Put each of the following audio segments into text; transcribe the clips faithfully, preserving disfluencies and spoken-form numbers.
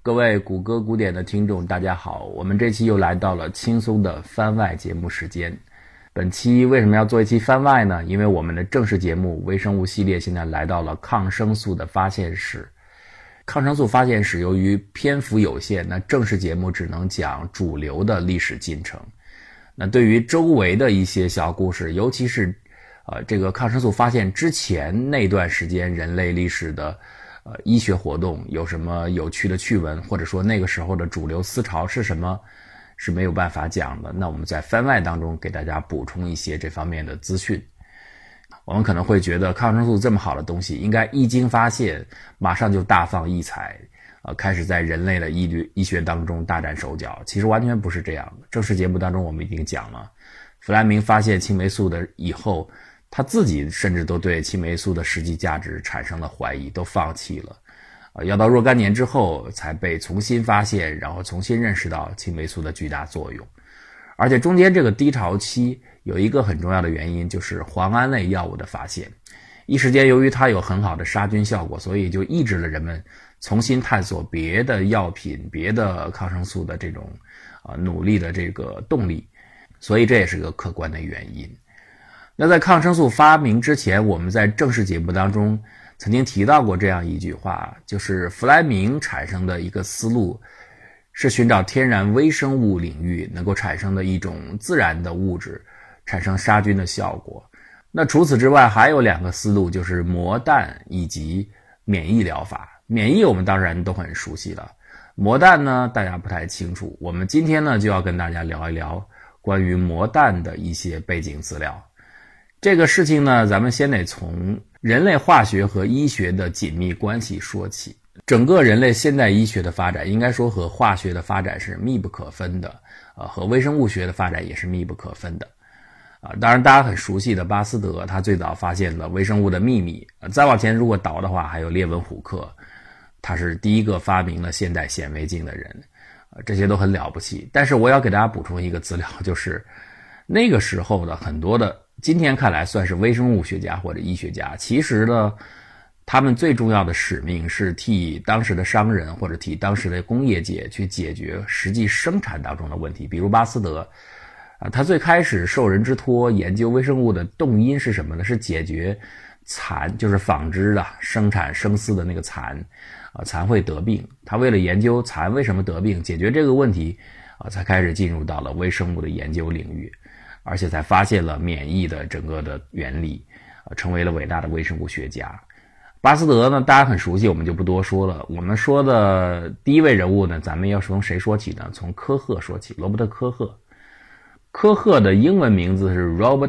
各位谷歌古典的听众大家好，我们这期又来到了轻松的番外节目时间。本期为什么要做一期番外呢？因为我们的正式节目微生物系列现在来到了抗生素的发现史。抗生素发现史由于篇幅有限，那正式节目只能讲主流的历史进程。那对于周围的一些小故事，尤其是呃这个抗生素发现之前那段时间人类历史的呃，医学活动有什么有趣的趣闻，或者说那个时候的主流思潮是什么，是没有办法讲的。那我们在番外当中给大家补充一些这方面的资讯。我们可能会觉得抗生素这么好的东西，应该一经发现马上就大放异彩，呃，开始在人类的医律医学当中大展手脚。其实完全不是这样的。正式节目当中我们已经讲了，弗莱明发现青霉素的以后，他自己甚至都对青霉素的实际价值产生了怀疑，都放弃了。呃，要到若干年之后才被重新发现，然后重新认识到青霉素的巨大作用。而且中间这个低潮期有一个很重要的原因，就是磺胺类药物的发现。一时间由于它有很好的杀菌效果，所以就抑制了人们重新探索别的药品、别的抗生素的这种呃努力的这个动力。所以这也是个客观的原因。那在抗生素发明之前，我们在正式节目当中曾经提到过这样一句话，就是弗莱明产生的一个思路是寻找天然微生物领域能够产生的一种自然的物质产生杀菌的效果。那除此之外还有两个思路，就是膜氮以及免疫疗法。免疫我们当然都很熟悉了，膜氮呢大家不太清楚。我们今天呢就要跟大家聊一聊关于膜氮的一些背景资料。这个事情呢，咱们先得从人类化学和医学的紧密关系说起。整个人类现代医学的发展，应该说和化学的发展是密不可分的，呃，和微生物学的发展也是密不可分的。啊、呃，当然大家很熟悉的巴斯德，他最早发现了微生物的秘密。呃、再往前如果倒的话，还有列文虎克，他是第一个发明了现代显微镜的人。呃，这些都很了不起。但是我要给大家补充一个资料，就是那个时候的很多的今天看来算是微生物学家或者医学家，其实呢他们最重要的使命是替当时的商人或者替当时的工业界去解决实际生产当中的问题。比如巴斯德啊，他最开始受人之托研究微生物的动因是什么呢？是解决蚕，就是纺织的生产生丝的那个蚕啊，蚕会得病。他为了研究蚕为什么得病，解决这个问题啊，才开始进入到了微生物的研究领域。而且才发现了免疫的整个的原理，呃，成为了伟大的微生物学家。巴斯德呢，大家很熟悉，我们就不多说了。我们说的第一位人物呢，咱们要从谁说起呢？从科赫说起，罗伯特·科赫。科赫的英文名字是 Robert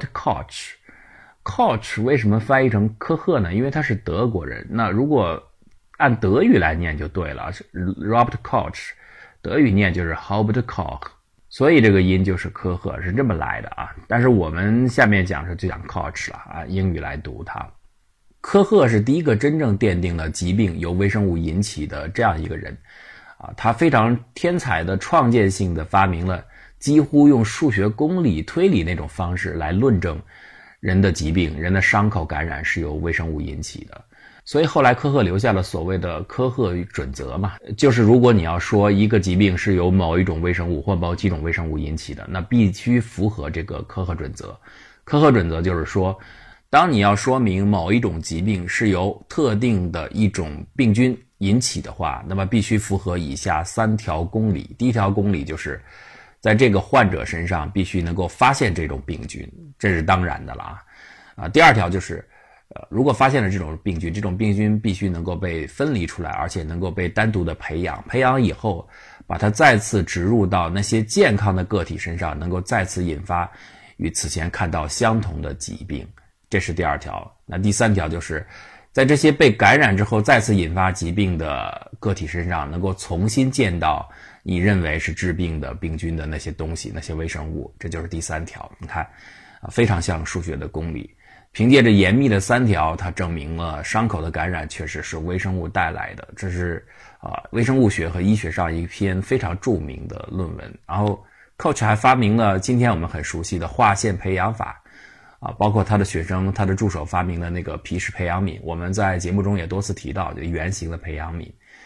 Koch。Koch 为什么翻译成科赫呢？因为他是德国人。那如果按德语来念就对了 ，Robert Koch， 德语念就是 Robert Koch。所以这个音就是科赫，是这么来的啊。但是我们下面讲是就讲 Koch 了啊，英语来读它。科赫是第一个真正奠定了疾病由微生物引起的这样一个人啊，他非常天才的创建性的发明了几乎用数学公理推理那种方式来论证人的疾病、人的伤口感染是由微生物引起的。所以后来科赫留下了所谓的科赫准则嘛，就是如果你要说一个疾病是由某一种微生物或某几种微生物引起的，那必须符合这个科赫准则。科赫准则就是说，当你要说明某一种疾病是由特定的一种病菌引起的话，那么必须符合以下三条公理。第一条公理就是在这个患者身上必须能够发现这种病菌，这是当然的了啊。啊，第二条就是呃，如果发现了这种病菌，这种病菌必须能够被分离出来，而且能够被单独的培养，培养以后把它再次植入到那些健康的个体身上，能够再次引发与此前看到相同的疾病。这是第二条。那第三条就是在这些被感染之后再次引发疾病的个体身上，能够重新见到你认为是致病的病菌的那些东西，那些微生物。这就是第三条。你看啊，非常像数学的公理。凭借着严密的三条，它证明了伤口的感染确实是微生物带来的。这是啊、呃，微生物学和医学上一篇非常著名的论文。然后 Koch 还发明了今天我们很熟悉的化腺培养法啊，包括他的学生、他的助手发明了那个皮氏培养皿，我们在节目中也多次提到，就圆形的培养皿。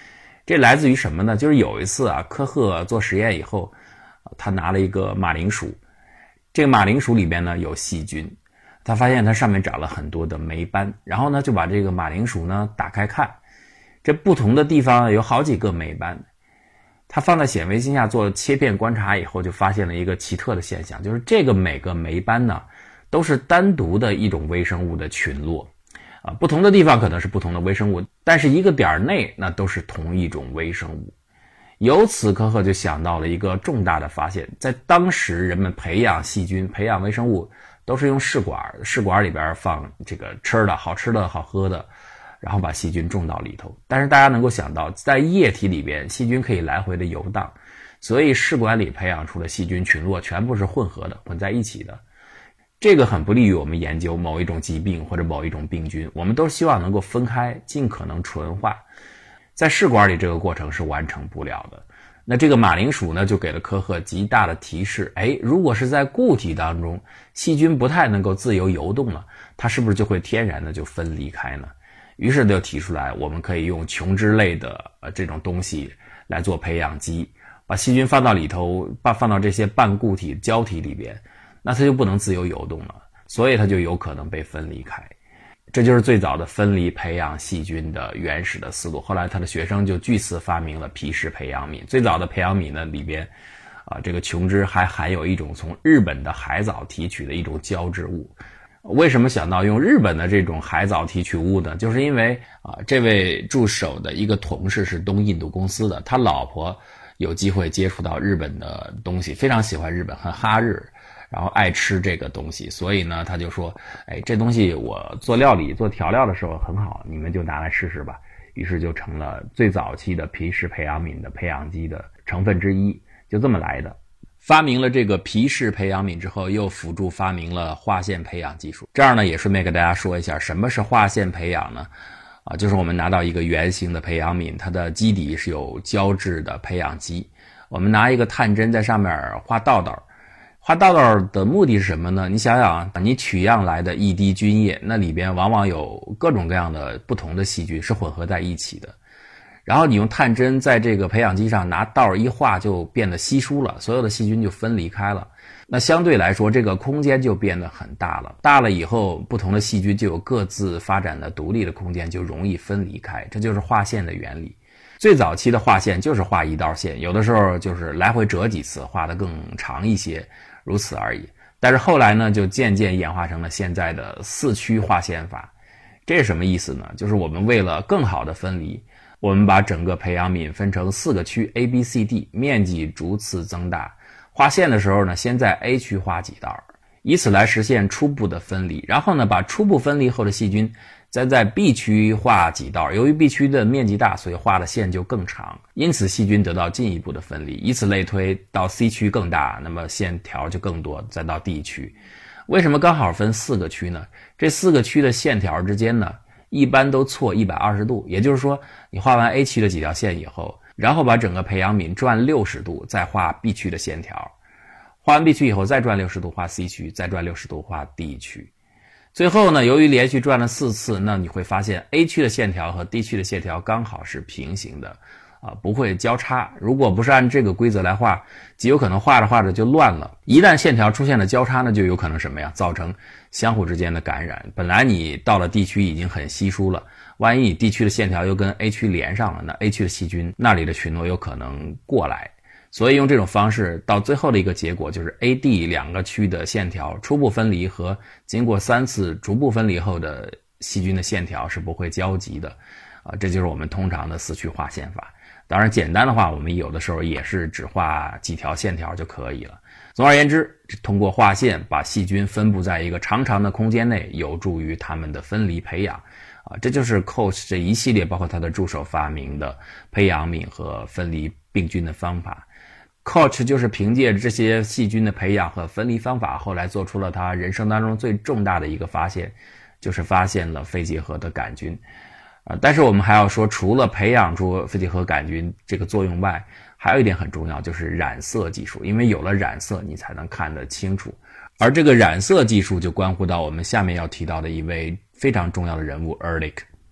这来自于什么呢？就是有一次啊，科赫做实验以后，他拿了一个马铃薯，这个马铃薯里边呢有细菌，他发现它上面长了很多的霉斑，然后呢就把这个马铃薯呢打开看，这不同的地方有好几个霉斑。他放在显微镜下做切片观察以后，就发现了一个奇特的现象，就是这个每个霉斑呢都是单独的一种微生物的群落啊，不同的地方可能是不同的微生物，但是一个点内那都是同一种微生物。由此科赫就想到了一个重大的发现，在当时人们培养细菌、培养微生物都是用试管，试管里边放这个吃的、好吃的、好喝的，然后把细菌种到里头。但是大家能够想到，在液体里边细菌可以来回的游荡，所以试管里培养出的细菌群落全部是混合的，混在一起的。这个很不利于我们研究某一种疾病或者某一种病菌，我们都希望能够分开，尽可能纯化。在试管里这个过程是完成不了的。那这个马铃薯呢，就给了科赫极大的提示，诶，如果是在固体当中，细菌不太能够自由游动了，它是不是就会天然的就分离开呢？于是就提出来，我们可以用琼脂类的呃这种东西来做培养基，把细菌放到里头，把放到这些半固体胶体里边，那它就不能自由游动了，所以它就有可能被分离开。这就是最早的分离培养细菌的原始的思路。后来他的学生就据此发明了皮氏培养皿。最早的培养皿呢，里边啊这个琼脂还含有一种从日本的海藻提取的一种胶质物。为什么想到用日本的这种海藻提取物呢？就是因为啊这位助手的一个同事是东印度公司的，他老婆有机会接触到日本的东西，非常喜欢日本，很哈日，然后爱吃这个东西，所以呢他就说，哎，这东西我做料理做调料的时候很好，你们就拿来试试吧。于是就成了最早期的皮氏培养皿的培养基的成分之一，就这么来的。发明了这个皮氏培养皿之后，又辅助发明了化线培养技术。这儿呢也顺便给大家说一下，什么是化线培养呢？啊，就是我们拿到一个圆形的培养皿，它的基底是有胶质的培养基，我们拿一个探针在上面画道道。画道道的目的是什么呢？你想想啊，你取样来的一滴菌液，那里边往往有各种各样的不同的细菌是混合在一起的。然后你用探针在这个培养基上拿道一画，就变得稀疏了，所有的细菌就分离开了。那相对来说，这个空间就变得很大了。大了以后，不同的细菌就有各自发展的独立的空间，就容易分离开。这就是画线的原理。最早期的画线就是画一道线，有的时候就是来回折几次，画得更长一些，如此而已。但是后来呢，就渐渐演化成了现在的四区画线法。这是什么意思呢？就是我们为了更好的分离，我们把整个培养皿分成四个区 A B C D， 面积逐次增大。画线的时候呢，先在 A 区画几道，以此来实现初步的分离。然后呢，把初步分离后的细菌再在 B 区画几道，由于 B 区的面积大，所以画的线就更长，因此细菌得到进一步的分离，以此类推，到 C 区更大，那么线条就更多，再到 D 区。为什么刚好分四个区呢？这四个区的线条之间呢，一般都错一百二十度，也就是说，你画完 A 区的几条线以后，然后把整个培养皿转六十度，再画 B 区的线条。画完 B 区以后，再转六十度画 C 区，再转六十度画 D 区。最后呢，由于连续转了四次，那你会发现 A 区的线条和 D 区的线条刚好是平行的，啊，不会交叉。如果不是按这个规则来画，极有可能画着画着就乱了。一旦线条出现了交叉呢，就有可能什么呀？造成相互之间的感染。本来你到了 D 区已经很稀疏了，万一你 D 区的线条又跟 A 区连上了，那 A 区的细菌那里的群落有可能过来。所以用这种方式，到最后的一个结果就是 A D 两个区的线条初步分离和经过三次逐步分离后的细菌的线条是不会交集的，啊，这就是我们通常的四区画线法。当然简单的话，我们有的时候也是只画几条线条就可以了。总而言之，通过画线把细菌分布在一个长长的空间内，有助于它们的分离培养。啊，这就是 Koch 这一系列包括他的助手发明的培养皿和分离病菌的方法。Koch 就是凭借这些细菌的培养和分离方法，后来做出了他人生当中最重大的一个发现，就是发现了肺结核的杆菌。呃，但是我们还要说，除了培养出肺结核杆菌这个作用外，还有一点很重要，就是染色技术。因为有了染色，你才能看得清楚。而这个染色技术就关乎到我们下面要提到的一位非常重要的人物 Ehrlich。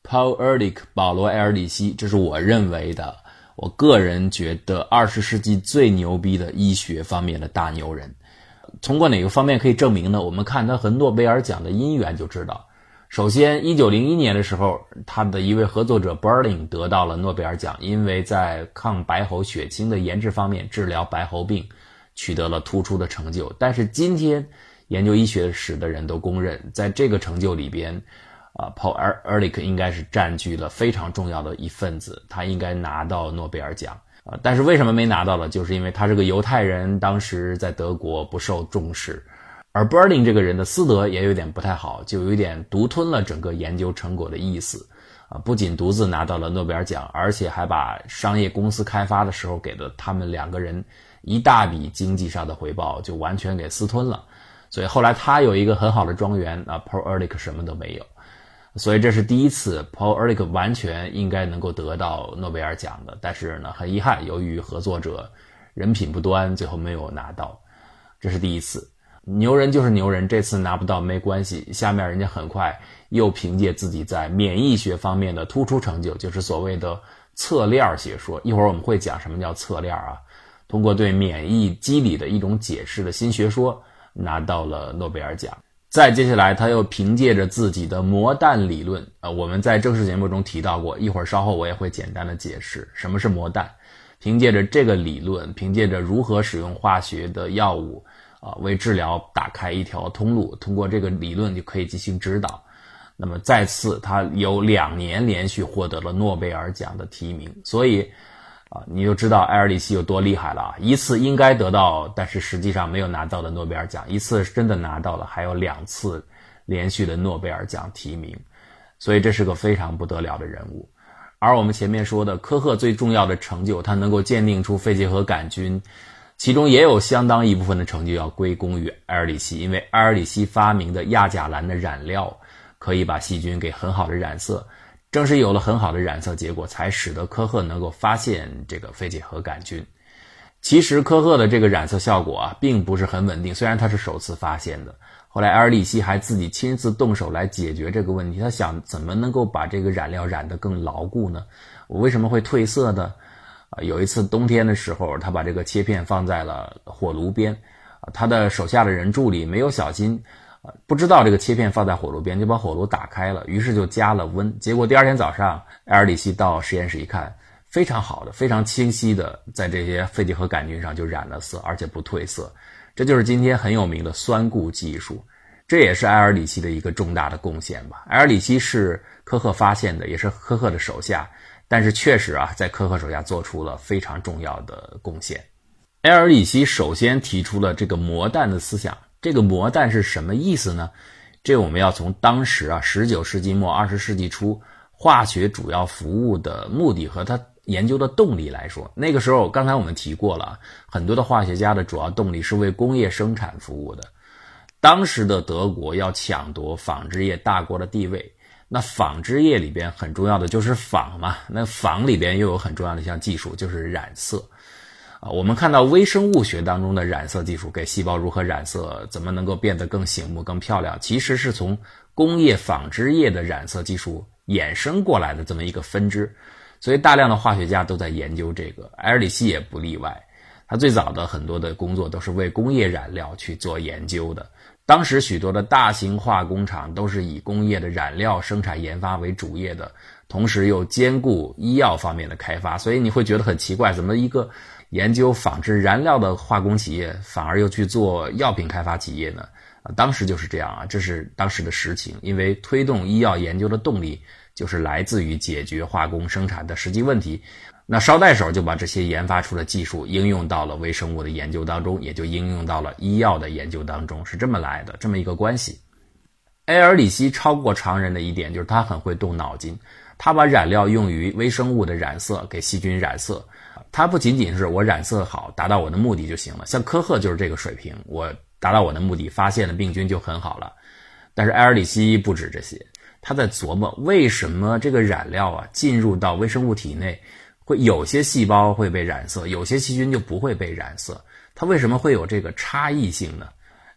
Paul Ehrlich 保罗·埃尔里希，这是我认为的，我个人觉得二十世纪最牛逼的医学方面的大牛人。通过哪个方面可以证明呢？我们看他和诺贝尔奖的因缘就知道。首先一九零一年的时候，他的一位合作者 Berling 得到了诺贝尔奖，因为在抗白猴血清的研制方面治疗白猴病取得了突出的成就。但是今天研究医学史的人都公认，在这个成就里边啊 Paul Ehrlich 应该是占据了非常重要的一份子，他应该拿到诺贝尔奖啊。但是为什么没拿到呢？就是因为他是个犹太人，当时在德国不受重视。而 Berling 这个人的私德也有点不太好，就有一点独吞了整个研究成果的意思啊！不仅独自拿到了诺贝尔奖，而且还把商业公司开发的时候给了他们两个人一大笔经济上的回报，就完全给私吞了。所以后来他有一个很好的庄园啊 Paul Ehrlich 什么都没有。所以这是第一次 Paul Ehrlich 完全应该能够得到诺贝尔奖的，但是呢，很遗憾，由于合作者人品不端，最后没有拿到。这是第一次。牛人就是牛人，这次拿不到没关系，下面人家很快又凭借自己在免疫学方面的突出成就，就是所谓的侧链学说，一会儿我们会讲什么叫侧链啊，通过对免疫机理的一种解释的新学说拿到了诺贝尔奖。再接下来他又凭借着自己的魔弹理论，呃，我们在正式节目中提到过，一会儿稍后我也会简单的解释什么是魔弹。凭借着这个理论，凭借着如何使用化学的药物啊，为治疗打开一条通路，通过这个理论就可以进行指导。那么再次他有两年连续获得了诺贝尔奖的提名，所以啊，你就知道埃尔里希有多厉害了啊！一次应该得到，但是实际上没有拿到的诺贝尔奖，一次真的拿到了，还有两次连续的诺贝尔奖提名，所以这是个非常不得了的人物。而我们前面说的科赫最重要的成就，他能够鉴定出肺结核杆菌，其中也有相当一部分的成就要归功于埃尔里希，因为埃尔里希发明的亚甲蓝的染料可以把细菌给很好的染色，正是有了很好的染色结果，才使得科赫能够发现这个肺结核杆菌。其实科赫的这个染色效果啊，并不是很稳定，虽然他是首次发现的，后来埃尔里希还自己亲自动手来解决这个问题。他想怎么能够把这个染料染得更牢固呢？我为什么会褪色呢？有一次冬天的时候，他把这个切片放在了火炉边，他的手下的人助理没有小心，不知道这个切片放在火炉边，就把火炉打开了，于是就加了温。结果第二天早上，埃尔里希到实验室一看，非常好的，非常清晰的在这些肺结核杆菌上就染了色，而且不褪色。这就是今天很有名的酸固技术，这也是埃尔里希的一个重大的贡献吧。埃尔里希是科赫发现的，也是科赫的手下，但是确实啊，在科赫手下做出了非常重要的贡献。埃尔里希首先提出了这个魔弹的思想，这个魔弹是什么意思呢？这我们要从当时啊十九世纪末二十世纪初化学主要服务的目的和它研究的动力来说。那个时候刚才我们提过了，很多的化学家的主要动力是为工业生产服务的。当时的德国要抢夺纺织业大国的地位，那纺织业里边很重要的就是纺嘛，那纺里边又有很重要的一项技术，就是染色啊。我们看到微生物学当中的染色技术，给细胞如何染色，怎么能够变得更醒目更漂亮，其实是从工业纺织业的染色技术衍生过来的这么一个分支。所以大量的化学家都在研究这个，埃尔里希也不例外。他最早的很多的工作都是为工业染料去做研究的。当时许多的大型化工厂都是以工业的染料生产研发为主业的，同时又兼顾医药方面的开发。所以你会觉得很奇怪，怎么一个研究纺织燃料的化工企业反而又去做药品开发企业呢？啊，当时就是这样啊，这是当时的实情。因为推动医药研究的动力就是来自于解决化工生产的实际问题，那捎带手就把这些研发出的技术应用到了微生物的研究当中，也就应用到了医药的研究当中，是这么来的，这么一个关系。埃尔里希超过常人的一点就是他很会动脑筋，他把染料用于微生物的染色，给细菌染色。他不仅仅是我染色好达到我的目的就行了，像科赫就是这个水平，我达到我的目的，发现了病菌就很好了。但是埃尔里希不止这些，他在琢磨为什么这个染料啊进入到微生物体内，会有些细胞会被染色，有些细菌就不会被染色，它为什么会有这个差异性呢？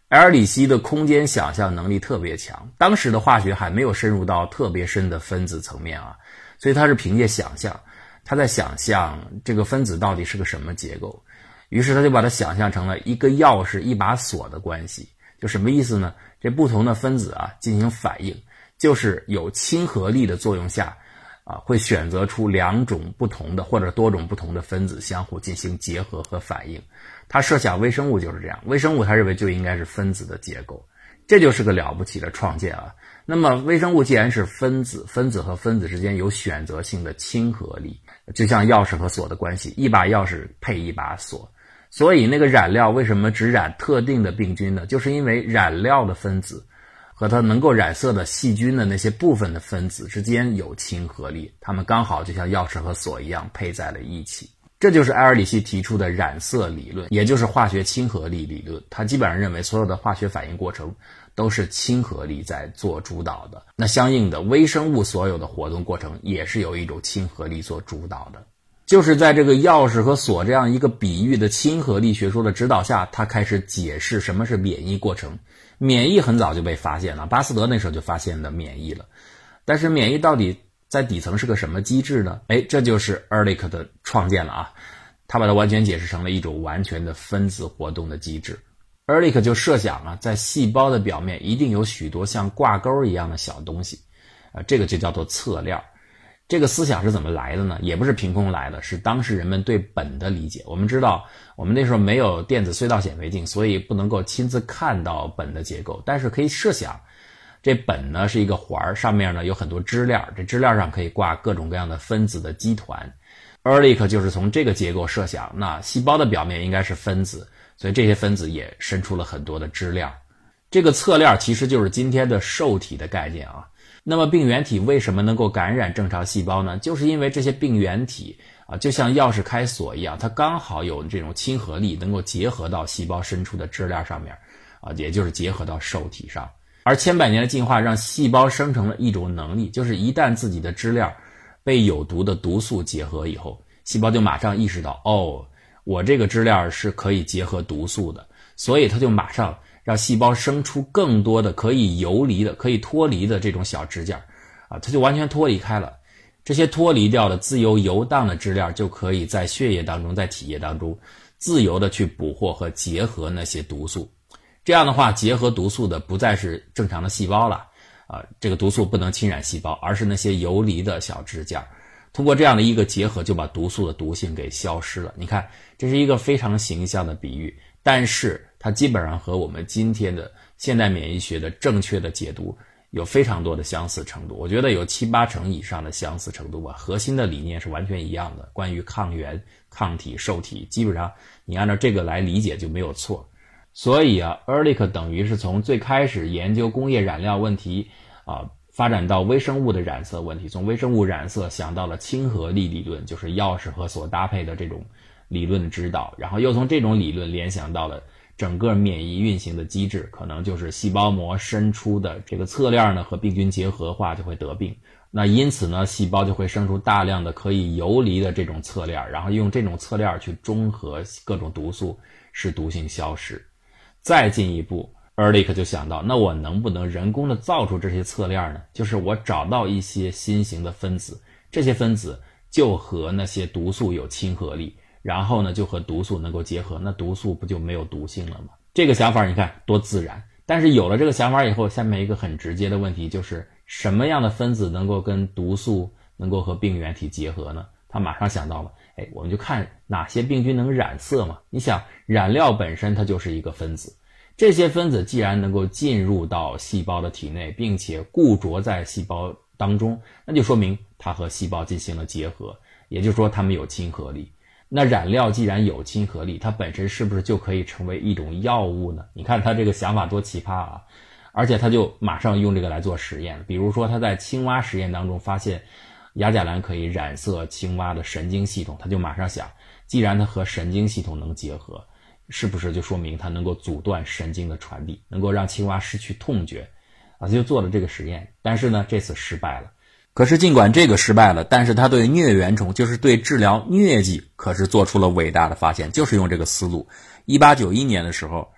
埃尔里希的空间想象能力特别强，当时的化学还没有深入到特别深的分子层面啊，所以他是凭借想象，他在想象这个分子到底是个什么结构，于是他就把它想象成了一个钥匙一把锁的关系。就什么意思呢？这不同的分子啊进行反应，就是有亲和力的作用下啊，会选择出两种不同的或者多种不同的分子相互进行结合和反应。他设想微生物就是这样，微生物他认为就应该是分子的结构，这就是个了不起的创建啊。那么微生物既然是分子，分子和分子之间有选择性的亲和力，就像钥匙和锁的关系，一把钥匙配一把锁。所以那个染料为什么只染特定的病菌呢？就是因为染料的分子和它能够染色的细菌的那些部分的分子之间有亲和力，它们刚好就像钥匙和锁一样配在了一起。这就是埃尔里希提出的染色理论，也就是化学亲和力理论。他基本上认为所有的化学反应过程都是亲和力在做主导的，那相应的微生物所有的活动过程也是由一种亲和力做主导的。就是在这个钥匙和锁这样一个比喻的亲和力学说的指导下，他开始解释什么是免疫过程。免疫很早就被发现了，巴斯德那时候就发现了免疫了，但是免疫到底在底层是个什么机制呢？诶，这就是 Ehrlich 的创建了啊，他把它完全解释成了一种完全的分子活动的机制。Ehrlich 就设想啊，在细胞的表面一定有许多像挂钩一样的小东西，啊，这个就叫做侧链。这个思想是怎么来的呢？也不是凭空来的，是当时人们对苯的理解。我们知道我们那时候没有电子隧道显微镜，所以不能够亲自看到苯的结构，但是可以设想这苯呢是一个环，上面呢有很多支链，这支链上可以挂各种各样的分子的基团。Ehrlich 就是从这个结构设想，那细胞的表面应该是分子，所以这些分子也伸出了很多的支链。这个侧链其实就是今天的受体的概念啊。那么病原体为什么能够感染正常细胞呢？就是因为这些病原体啊，就像钥匙开锁一样，它刚好有这种亲和力，能够结合到细胞伸出的支链上面啊，也就是结合到受体上。而千百年的进化让细胞生成了一种能力，就是一旦自己的支链被有毒的毒素结合以后，细胞就马上意识到，哦，我这个支链是可以结合毒素的，所以它就马上让细胞生出更多的可以游离的、可以脱离的这种小支件啊，它就完全脱离开了。这些脱离掉的自由游荡的支链就可以在血液当中、在体液当中自由的去捕获和结合那些毒素。这样的话，结合毒素的不再是正常的细胞了啊，这个毒素不能侵染细胞，而是那些游离的小支件。通过这样的一个结合，就把毒素的毒性给消失了。你看，这是一个非常形象的比喻，但是它基本上和我们今天的现代免疫学的正确的解读有非常多的相似程度，我觉得有七八成以上的相似程度吧。核心的理念是完全一样的，关于抗原、抗体、受体，基本上你按照这个来理解就没有错。所以啊 Ehrlich 等于是从最开始研究工业染料问题啊，发展到微生物的染色问题，从微生物染色想到了亲和力理论，就是钥匙和锁搭配的这种理论的指导，然后又从这种理论联想到了整个免疫运行的机制，可能就是细胞膜伸出的这个侧链呢和病菌结合化就会得病，那因此呢细胞就会生出大量的可以游离的这种侧链，然后用这种侧链去中和各种毒素，使毒性消失。再进一步 Ehrlich 就想到，那我能不能人工的造出这些侧链呢？就是我找到一些新型的分子，这些分子就和那些毒素有亲和力，然后呢就和毒素能够结合，那毒素不就没有毒性了吗？这个想法你看多自然。但是有了这个想法以后，下面一个很直接的问题就是什么样的分子能够跟毒素能够和病原体结合呢？他马上想到了，哎，我们就看哪些病菌能染色嘛。你想染料本身它就是一个分子，这些分子既然能够进入到细胞的体内，并且固着在细胞当中，那就说明它和细胞进行了结合，也就是说它们有亲和力。那染料既然有亲和力，它本身是不是就可以成为一种药物呢？你看他这个想法多奇葩啊！而且他就马上用这个来做实验，比如说他在青蛙实验当中发现亚甲蓝可以染色青蛙的神经系统，他就马上想，既然它和神经系统能结合，是不是就说明它能够阻断神经的传递，能够让青蛙失去痛觉啊？他就做了这个实验，但是呢这次失败了。可是尽管这个失败了，但是他对疟原虫，就是对治疗疟疾可是做出了伟大的发现，就是用这个思路。一八九一年的时候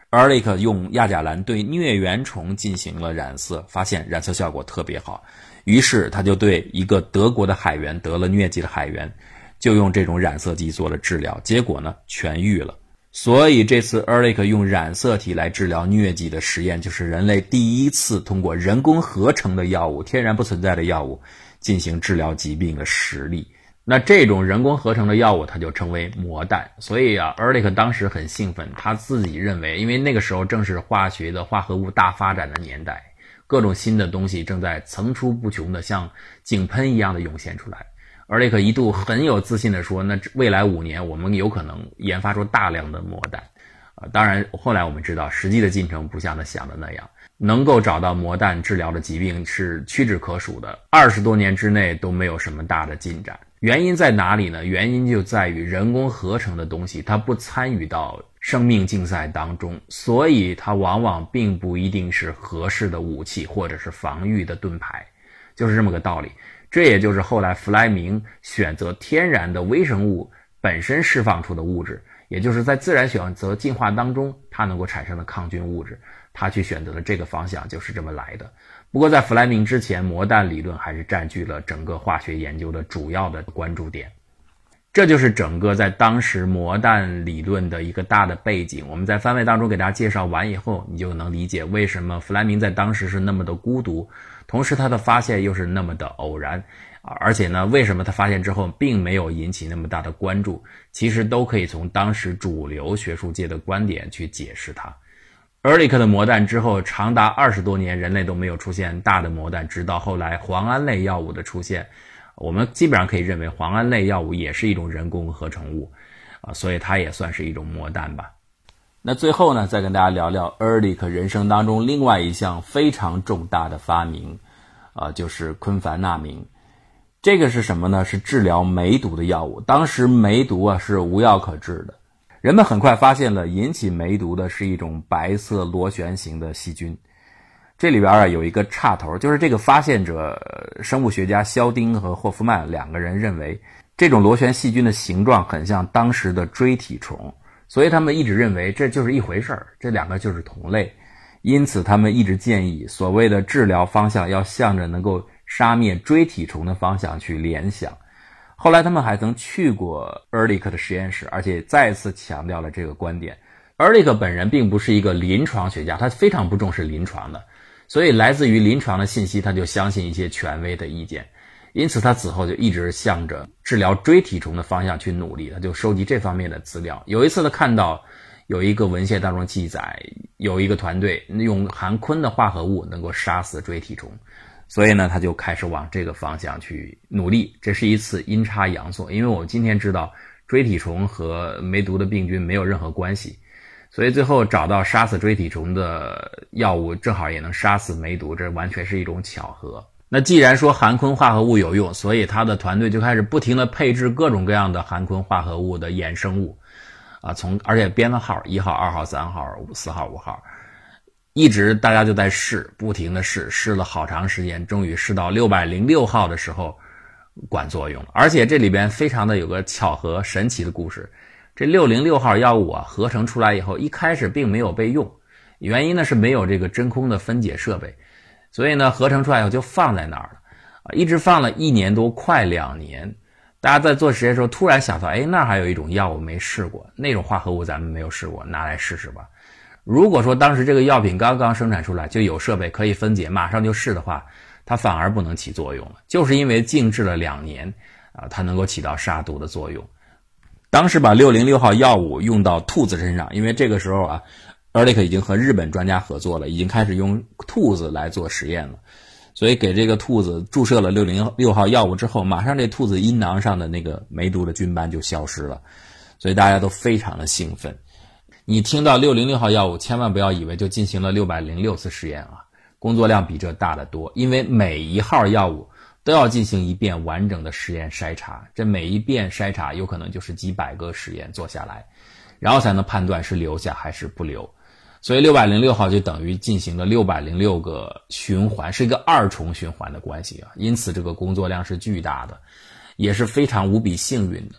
Ehrlich 用亚甲蓝对疟原虫进行了染色，发现染色效果特别好，于是他就对一个德国的海员得了疟疾的海员，就用这种染色剂做了治疗，结果呢痊愈了。所以这次 Ehrlich 用染色体来治疗疟疾的实验，就是人类第一次通过人工合成的药物，天然不存在的药物进行治疗疾病的实例。那这种人工合成的药物它就称为魔弹。所以啊 Ehrlich 当时很兴奋，他自己认为，因为那个时候正是化学的化合物大发展的年代，各种新的东西正在层出不穷的像井喷一样的涌现出来。Ehrlich 一度很有自信地说，那未来五年我们有可能研发出大量的魔弹。呃，当然后来我们知道实际的进程不像他想的那样，能够找到魔弹治疗的疾病是屈指可数的，二十多年之内都没有什么大的进展。原因在哪里呢？原因就在于人工合成的东西它不参与到生命竞赛当中，所以它往往并不一定是合适的武器或者是防御的盾牌，就是这么个道理。这也就是后来弗莱明选择天然的微生物本身释放出的物质，也就是在自然选择进化当中它能够产生的抗菌物质，他去选择了这个方向，就是这么来的。不过在弗莱明之前，魔弹理论还是占据了整个化学研究的主要的关注点。这就是整个在当时魔弹理论的一个大的背景。我们在番外当中给大家介绍完以后，你就能理解为什么弗莱明在当时是那么的孤独，同时他的发现又是那么的偶然，而且呢，为什么他发现之后并没有引起那么大的关注，其实都可以从当时主流学术界的观点去解释它。Ehrlich 的魔弹之后长达二十多年人类都没有出现大的魔弹，直到后来磺胺类药物的出现，我们基本上可以认为磺胺类药物也是一种人工合成物啊，所以它也算是一种魔弹吧。那最后呢，再跟大家聊聊 Ehrlich 人生当中另外一项非常重大的发明啊，就是昆凡那明。这个是什么呢？是治疗梅毒的药物。当时梅毒啊是无药可治的，人们很快发现了引起梅毒的是一种白色螺旋形的细菌。这里边啊有一个岔头，就是这个发现者生物学家肖丁和霍夫曼两个人认为这种螺旋细菌的形状很像当时的锥体虫，所以他们一直认为这就是一回事儿，这两个就是同类。因此他们一直建议所谓的治疗方向要向着能够杀灭锥体虫的方向去联想。后来他们还曾去过 Ehrlich 的实验室，而且再次强调了这个观点。Ehrlich 本人并不是一个临床学家，他非常不重视临床的，所以来自于临床的信息他就相信一些权威的意见，因此他此后就一直向着治疗锥体虫的方向去努力，他就收集这方面的资料。有一次他看到有一个文献当中记载，有一个团队用含醌的化合物能够杀死锥体虫，所以呢他就开始往这个方向去努力。这是一次阴差阳错，因为我们今天知道锥体虫和梅毒的病菌没有任何关系，所以最后找到杀死锥体虫的药物正好也能杀死梅毒，这完全是一种巧合。那既然说含醌化合物有用，所以他的团队就开始不停地配置各种各样的含醌化合物的衍生物啊，从而且编了号，一号、二号、三号、四号、五号，一直大家就在试，不停地试，试了好长时间，终于试到六百零六号的时候管作用了。而且这里边非常的有个巧合神奇的故事，这六零六号药物啊合成出来以后，一开始并没有被用，原因呢是没有这个真空的分解设备，所以呢合成出来以后就放在那儿了啊，一直放了一年多，快两年。大家在做实验的时候突然想到，哎，那儿还有一种药物没试过，那种化合物咱们没有试过，拿来试试吧。如果说当时这个药品刚刚生产出来就有设备可以分解，马上就试的话，它反而不能起作用了，就是因为静置了两年啊，它能够起到杀毒的作用。当时把六零六号药物用到兔子身上，因为这个时候啊 Ehrlich 已经和日本专家合作了，已经开始用兔子来做实验了，所以给这个兔子注射了六零六号药物之后，马上这兔子阴囊上的那个梅毒的菌斑就消失了，所以大家都非常的兴奋。你听到六零六号药物千万不要以为就进行了六百零六次实验啊，工作量比这大得多，因为每一号药物都要进行一遍完整的实验筛查，这每一遍筛查有可能就是几百个实验做下来，然后才能判断是留下还是不留。所以六百零六号就等于进行了六百零六个循环，是一个二重循环的关系啊，因此这个工作量是巨大的，也是非常无比幸运的。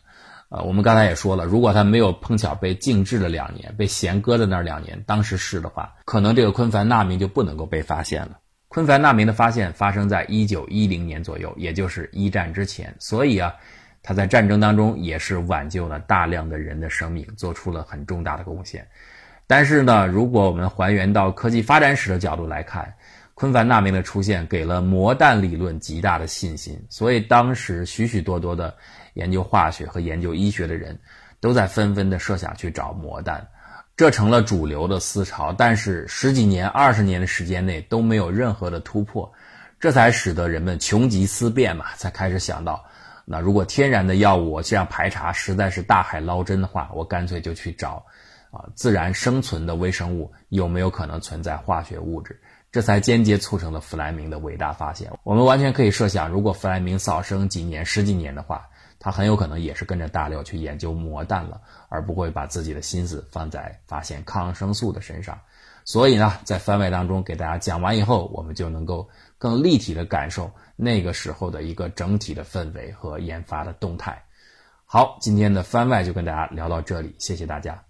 呃，我们刚才也说了，如果它没有碰巧被静置了两年，被闲搁在那儿两年，当时试的话，可能这个昆凡纳明就不能够被发现了。昆凡纳明的发现发生在一九一零年左右，也就是一战之前，所以啊，他在战争当中也是挽救了大量的人的生命，做出了很重大的贡献。但是呢，如果我们还原到科技发展史的角度来看，昆凡纳明的出现给了魔弹理论极大的信心，所以当时许许多多的研究化学和研究医学的人都在纷纷的设想去找魔弹，这成了主流的思潮。但是十几年、二十年的时间内都没有任何的突破，这才使得人们穷极思变嘛，才开始想到，那如果天然的药物这样排查实在是大海捞针的话，我干脆就去找啊自然生存的微生物有没有可能存在化学物质，这才间接促成了弗莱明的伟大发现。我们完全可以设想，如果弗莱明早生几年、十几年的话，他很有可能也是跟着大流去研究魔弹了，而不会把自己的心思放在发现抗生素的身上。所以呢，在番外当中给大家讲完以后，我们就能够更立体的感受那个时候的一个整体的氛围和研发的动态。好，今天的番外就跟大家聊到这里，谢谢大家。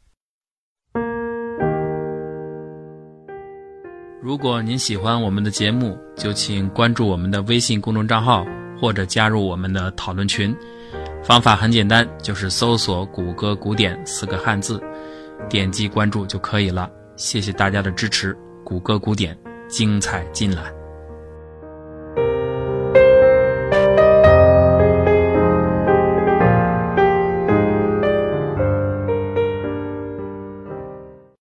如果您喜欢我们的节目，就请关注我们的微信公众账号，或者加入我们的讨论群。方法很简单，就是搜索谷歌古典四个汉字，点击关注就可以了。谢谢大家的支持，谷歌古典精彩尽览。